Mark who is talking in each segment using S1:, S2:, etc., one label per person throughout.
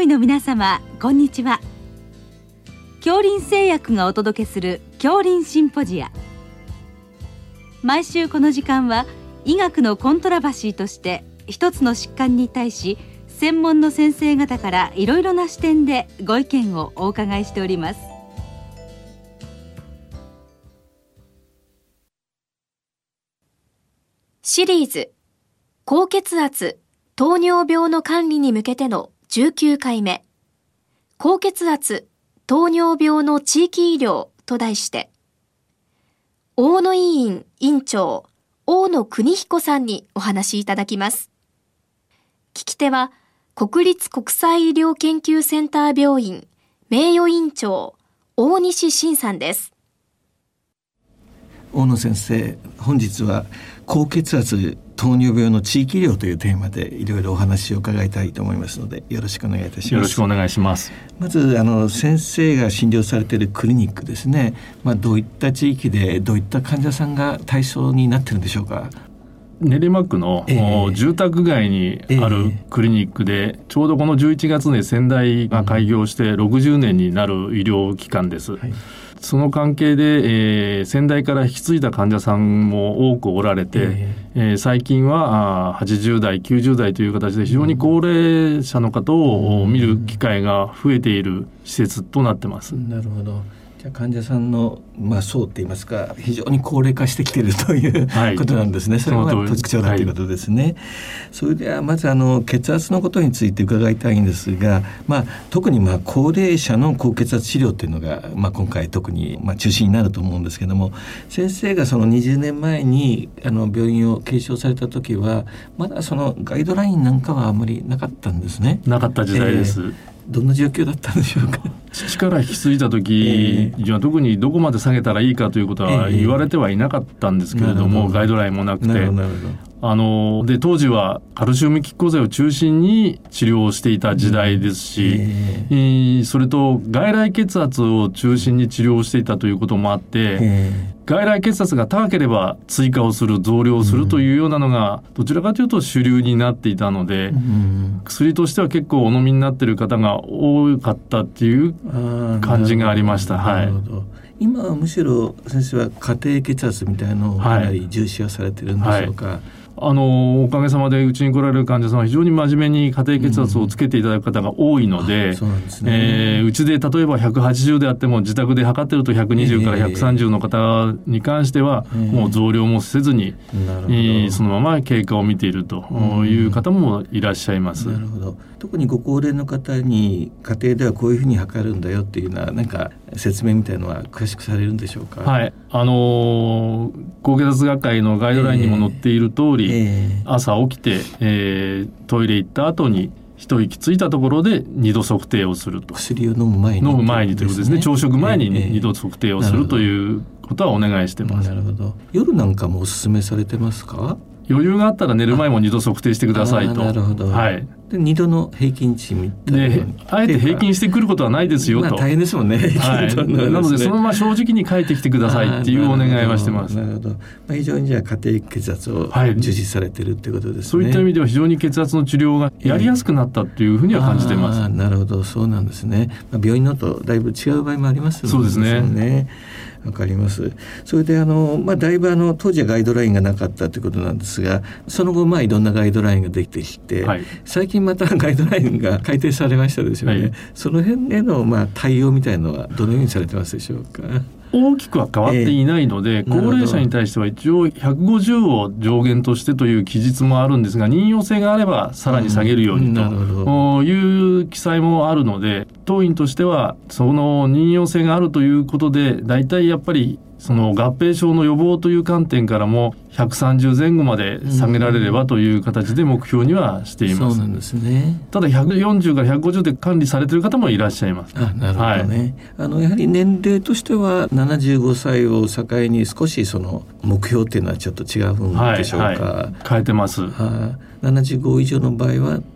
S1: の皆様、こんにちは。杏林製薬がお届けする杏林シンポジア。毎週この時間は医学のコントラバシーとして一つの疾患に対し専門の先生方からいろいろな視点でご意見をお伺いしております。
S2: シリーズ高血圧・糖尿病の管理に向けての19回目、高血圧・糖尿病の地域医療と題して、大野医院院長大野邦彦さんにお話しいただきます。聞き手は国立国際医療研究センター病院名誉院長大西晋さんです。
S3: 大野先生、本日は高血圧・糖尿病の地域医療というテーマでいろいろお話を伺いたいと思いますので、よろしくお願いいたします。
S4: よろしくお願いします。
S3: まず先生が診療されているクリニックですね、どういった地域でどういった患者さんが対象になっているんでしょうか。
S4: 練馬区の、住宅街にあるクリニックで、ちょうどこの11月で先代が開業して60年になる医療機関です。その関係で、先代から引き継いだ患者さんも多くおられて、最近は80代90代という形で非常に高齢者の方を見る機会が増えている施設となってます。
S3: なるほど。じゃあ患者さんの、層って言いますか、非常に高齢化してきているという、ことなんですね。それが特徴だということですね。それではまず血圧のことについて伺いたいんですが、特に高齢者の高血圧治療というのが、今回特に中心になると思うんですけども、先生がその20年前に病院を継承された時はまだそのガイドラインなんかはあまりなかったんですね。
S4: なかった時代です。
S3: どんな状況だったんでしょうか。
S4: 父から引き継いだ時には特にどこまで下げたらいいかということは言われてはいなかったんですけれども、ガイドラインもなくて、で当時はカルシウム拮抗剤を中心に治療をしていた時代ですし、それと外来血圧を中心に治療をしていたということもあって、外来血圧が高ければ追加をする、増量をするというようなのがどちらかというと主流になっていたので、薬としては結構お飲みになっている方が多かったっていう感じがありました。
S3: なるほど。今はむしろ先生は家庭血圧みたいなのをかなり重視はされてるんでしょうか。
S4: おかげさまでうちに来られる患者さんは非常に真面目に家庭血圧をつけていただく方が多いので、うちで例えば180であっても自宅で測ってると120から130の方に関してはもう増量もせずに、そのまま経過を見ているという方もいらっしゃいます。
S3: なるほど。特にご高齢の方に家庭ではこういうふうに測るんだよっていうような、なんか説明みたいなのは詳しくされるんでしょうか。
S4: はい、高血圧学会のガイドラインにも載っている通り、朝起きて、トイレ行った後に一息ついたところで2度測定をすると。
S3: 薬を飲む前に
S4: ということですね。朝食前に2度測定をするということはお願いしてます。
S3: なるほど。夜なんかもお勧めされてますか。
S4: 余裕があったら寝る前も2度測定してくださいと。
S3: なるほど。
S4: はい。
S3: で2度の平均値みたいな、
S4: あえて平均してくることはないですよと。
S3: 大変ですもんね。
S4: なのでそのまま正直に書いてきてくださいっていうお願いはしてます。
S3: なるほど。非常にじゃあ家庭血圧を重視されてるってことですね。
S4: そういった意味では非常に血圧の治療がやりやすくなったっていうふうには感じています。
S3: なるほど、そうなんですね。病院のとだいぶ違う場合もありますよね。
S4: そうですね。
S3: わかります。それでだいぶ当時はガイドラインがなかったということなんですが、その後いろんなガイドラインができてきて、最近またガイドラインが改定されましたですよね。その辺への対応みたいなのはどのようにされてますでしょうか。
S4: 大きくは変わっていないので、高齢者に対しては一応150を上限としてという記述もあるんですが、任用性があればさらに下げるようにという記載もあるので、当院としてはその任用性があるということで、だいたいやっぱりその合併症の予防という観点からも130前後まで下げられればという形で目標にはしています。
S3: そうなんですね。
S4: ただ140から150で管理されている方もいらっしゃいます。
S3: なるほどね。やはり年齢としては75歳を境に少しその目標っていうのはちょっと違うんでしょうか。
S4: 変えてます。
S3: 75以上の場合は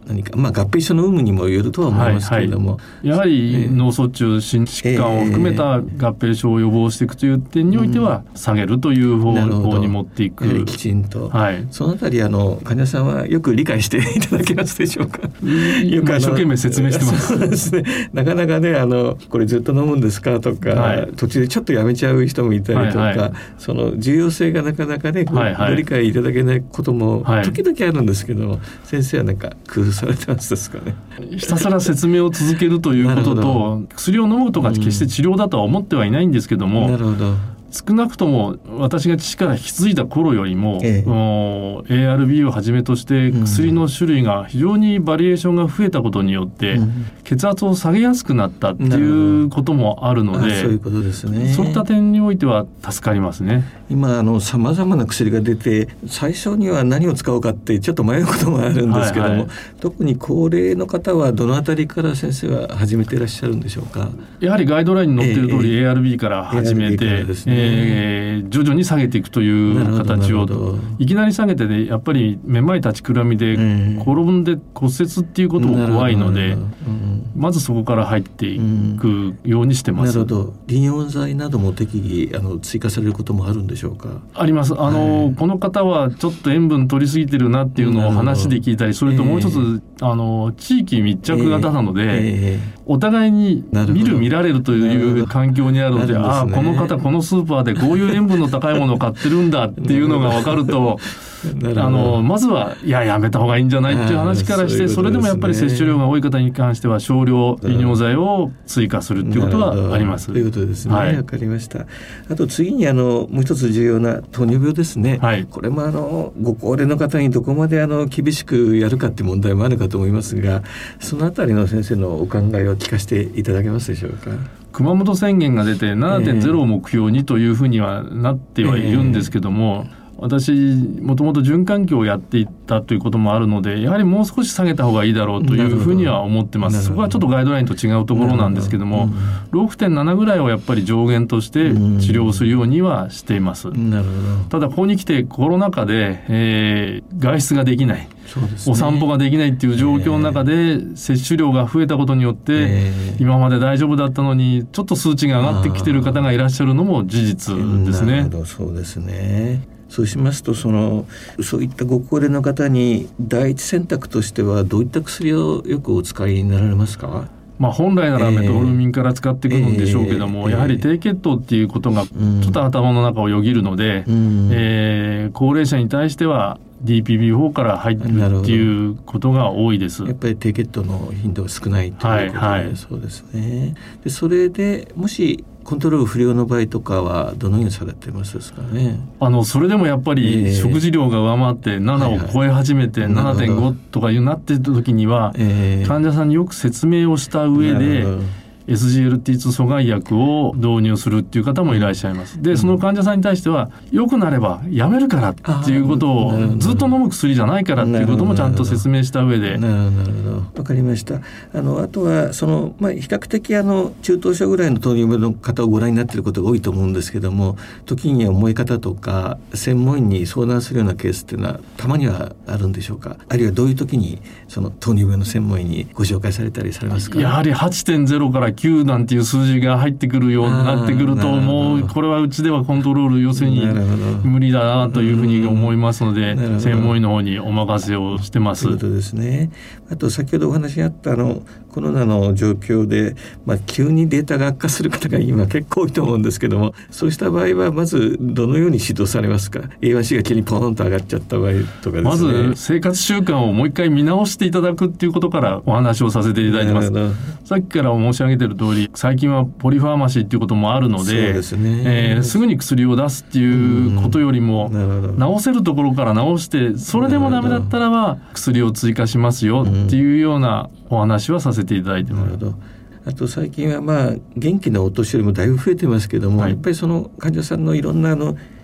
S3: 何か、合併症の有無にもよるとは思いますけれども、
S4: やはり脳卒中、心疾患を含めた合併症を予防していくという点においては下げるという方向に持っていく、
S3: やはりきちんと、そのあたり患者さんはよく理解していただけますでしょうか。
S4: よく一生懸命説明してます。
S3: そうですね、なかなかねこれずっと飲むんですかとか、途中でちょっとやめちゃう人もいたりとか、その重要性がなかなかねご理解いただけないことも時々あるんですけども、先生はなんか工夫されてますですかね。
S4: ひたすら説明を続けるということと、薬を飲むことが決して治療だとは思ってはいないんですけども、
S3: なるほど。
S4: 少なくとも私が父から引き継いだ頃よりも、ARB をはじめとして薬の種類が非常にバリエーションが増えたことによって、血圧を下げやすくなったっていうこともあるので、
S3: そういうことですね。
S4: そういった点においては助かりますね。
S3: 今さまざまな薬が出て、最初には何を使おうかってちょっと迷うこともあるんですけども、特に高齢の方はどのあたりから先生は始めていらっしゃるんでしょうか。
S4: やはりガイドラインに載っている通り、ARB から始めて、徐々に下げていくという形を、いきなり下げてでやっぱりめまい立ちくらみで転んで骨折っていうことも怖いので、まずそこから入っていくようにしてます。
S3: なるほど。利尿剤なども適宜追加されることもあるんでしょうか。
S4: あります。この方はちょっと塩分取りすぎてるなっていうのを話で聞いたり、それともう一つ、地域密着型なので、お互いに見られるという環境にあるので、この方このスーパーでこういう塩分の高いものを買ってるんだっていうのが分かるとまずはやめた方がいいんじゃないっていう話からして、それでもやっぱり摂取量が多い方に関しては少量利尿剤を追加するっていうことはあります。
S3: ということですね。わかりました。あと次にもう一つ重要な糖尿病ですね。これもご高齢の方にどこまで厳しくやるかっていう問題もあるかと思いますが、そのあたりの先生のお考えを聞かせていただけますでしょうか。
S4: 熊本宣言が出て 7.0 を目標にというふうにはなってはいるんですけども、私もともと循環器をやっていったということもあるので、やはりもう少し下げた方がいいだろうというふうには思ってます。そこはちょっとガイドラインと違うところなんですけども、6.7 ぐらいをやっぱり上限として治療するようにはしています。ただここに来てコロナ禍で、外出ができない、お散歩ができないっていう状況の中で摂取量が増えたことによって、今まで大丈夫だったのにちょっと数値が上がってきてる方がいらっしゃるのも事実ですね。
S3: なるほど、そうですね。そうしますとそういったご高齢の方に第一選択としてはどういった薬をよくお使いになられますか。
S4: 本来ならメトホルミンから使っていくんでしょうけども、やはり低血糖っていうことがちょっと頭の中をよぎるので、高齢者に対しては DPB4 から入ってるっていうことが多いです。
S3: やっぱり低血糖の頻度が少ないということで、そうですね。でそれでもしコントロール不良の場合とかはどのようにされてますですかね。
S4: それでもやっぱり食事量が上回って7を超え始めて 7.5 とかなっていた時には、患者さんによく説明をした上でSGLT2 阻害薬を導入するっていう方もいらっしゃいます。でその患者さんに対しては良くなればやめるからっていうことを、ずっと飲む薬じゃないからっていうこともちゃんと説明した上で。
S3: なるほど、わかりました。あとは比較的中等症ぐらいの糖尿病の方をご覧になっていることが多いと思うんですけども、時には思い方とか専門医に相談するようなケースっていうのはたまにはあるんでしょうか。あるいはどういう時に糖尿病の専門医にご紹介されたりされますか。
S4: やはり 8.0 から9なんていう数字が入ってくるようになってくると、もうこれはうちではコントロール要するに無理だなというふうに思いますので、専門医の方にお任せをしてます。
S3: ということですね。あと先ほどお話にあったコロナの状況で、急にデータが悪化する方が今結構多いと思うんですけども、そうした場合はまずどのように指導されますか。 A1C が急にポーンと上がっちゃった場合とかですね。
S4: まず生活習慣をもう一回見直していただくっていうことからお話をさせていただいてます。さっきから申し上げている通り、最近はポリファーマシーっていうこともあるので、すぐに薬を出すっていうことよりも、治せるところから治して、それでもダメだったらば薬を追加しますよっていうようなお話はさせていただいてます。
S3: なるほど。あと最近は元気なお年寄りもだいぶ増えてますけども、やっぱりその患者さんのいろんな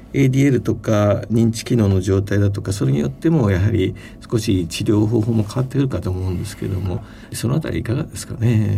S3: ADL とか認知機能の状態だとか、それによってもやはり少し治療方法も変わってくるかと思うんですけども、そのあたりいかがですかね。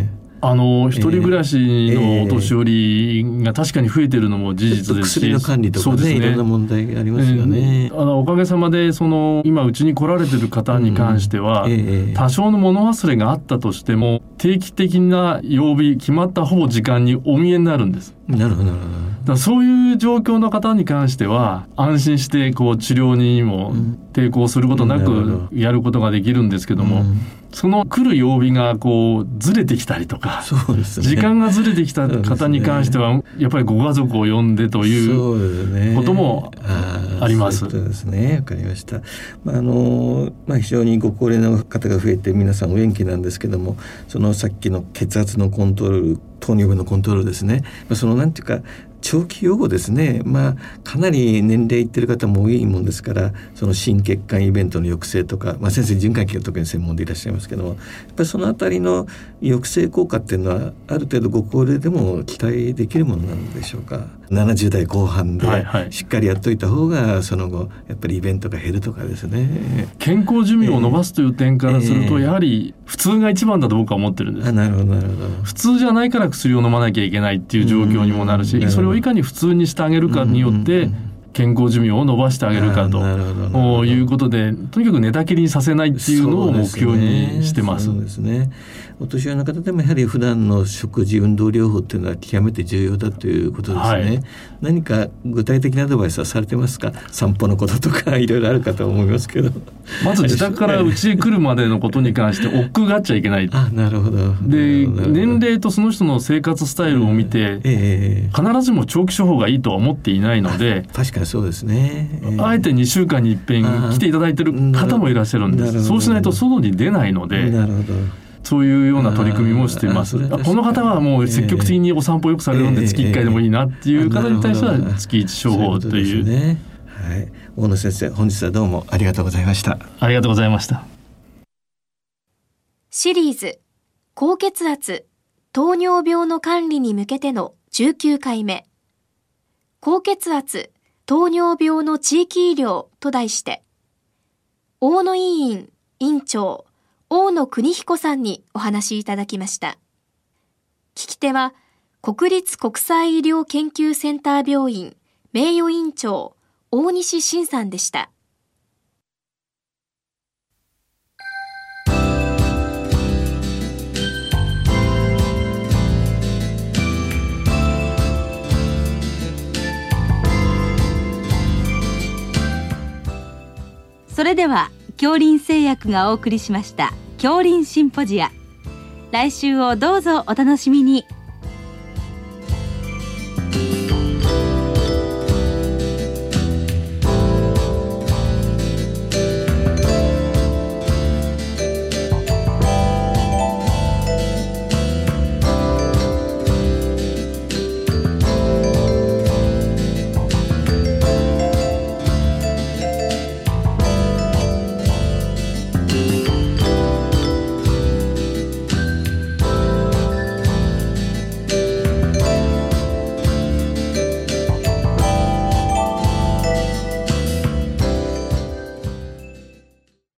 S4: 一人暮らしのお年寄りが確かに増えているのも事実ですし、
S3: 薬の管理とか
S4: そうですね、
S3: いろんな問題がありますよね。
S4: おかげさまで今うちに来られている方に関しては、多少の物忘れがあったとしても定期的な曜日決まったほぼ時間にお見えになるんです。
S3: なるほどなるほど。
S4: だからそういう状況の方に関しては安心して治療にも抵抗することなくやることができるんですけども、その来る曜日がずれてきたりとか、
S3: そうですね、
S4: 時間がずれてきた方に関してはやっぱりご家族を呼んでということもあります。
S3: そうですね、わかりました。非常にご高齢の方が増えて皆さんお元気なんですけども、さっきの血圧のコントロール、糖尿病のコントロールですね、なんていうか長期予後ですね、かなり年齢いってる方も多いもんですから、心血管イベントの抑制とか、先生循環器が特に専門でいらっしゃいますけども、やっぱりそのあたりの抑制効果っていうのはある程度ご高齢でも期待できるものなんでしょうか。70代後半でしっかりやっといた方がその後やっぱりイベントが減るとかですね、
S4: 健康寿命を伸ばすという点からすると、やはり普通が一番だと僕は思ってるんです。
S3: なるほどなるほど。
S4: 普通じゃないから薬を飲まなきゃいけないっていう状況にもなるし、それをいかに普通にしてあげるかによって健康寿命を伸ばしてあげるかということで、とにかく寝たきりにさせないっていうのを目標にしてます。
S3: そうですね。お年寄りの方でもやはり普段の食事運動療法っていうのは極めて重要だということですね、何か具体的なアドバイスはされてますか。散歩のこととかいろいろあるかと思いますけど、
S4: まず自宅から家へ来るまでのことに関して億劫があっちゃいけない。
S3: なるほど。
S4: で、年齢とその人の生活スタイルを見て、必ずしも長期処方がいいとは思っていないので、
S3: 確かにそうですね、
S4: あえて2週間に一遍来ていただいている方もいらっしゃるんです。そうしないと外に出ないので、
S3: なるほど、
S4: そういうような取り組みもしています。この方はもう積極的にお散歩よくされるので月1回でもいいなっていう方に対しては月1処方という。
S3: 大野先生、本日はどうもありがとうございました。
S4: ありがとうございました。
S2: シリーズ高血圧糖尿病の管理に向けての19回目、高血圧糖尿病の地域医療と題して、大野医院院長大野邦彦さんにお話しいただきました。聞き手は国立国際医療研究センター病院名誉院長大西晋さんでした。
S1: それでは杏林製薬がお送りしました杏林シンポジア、来週をどうぞお楽しみに。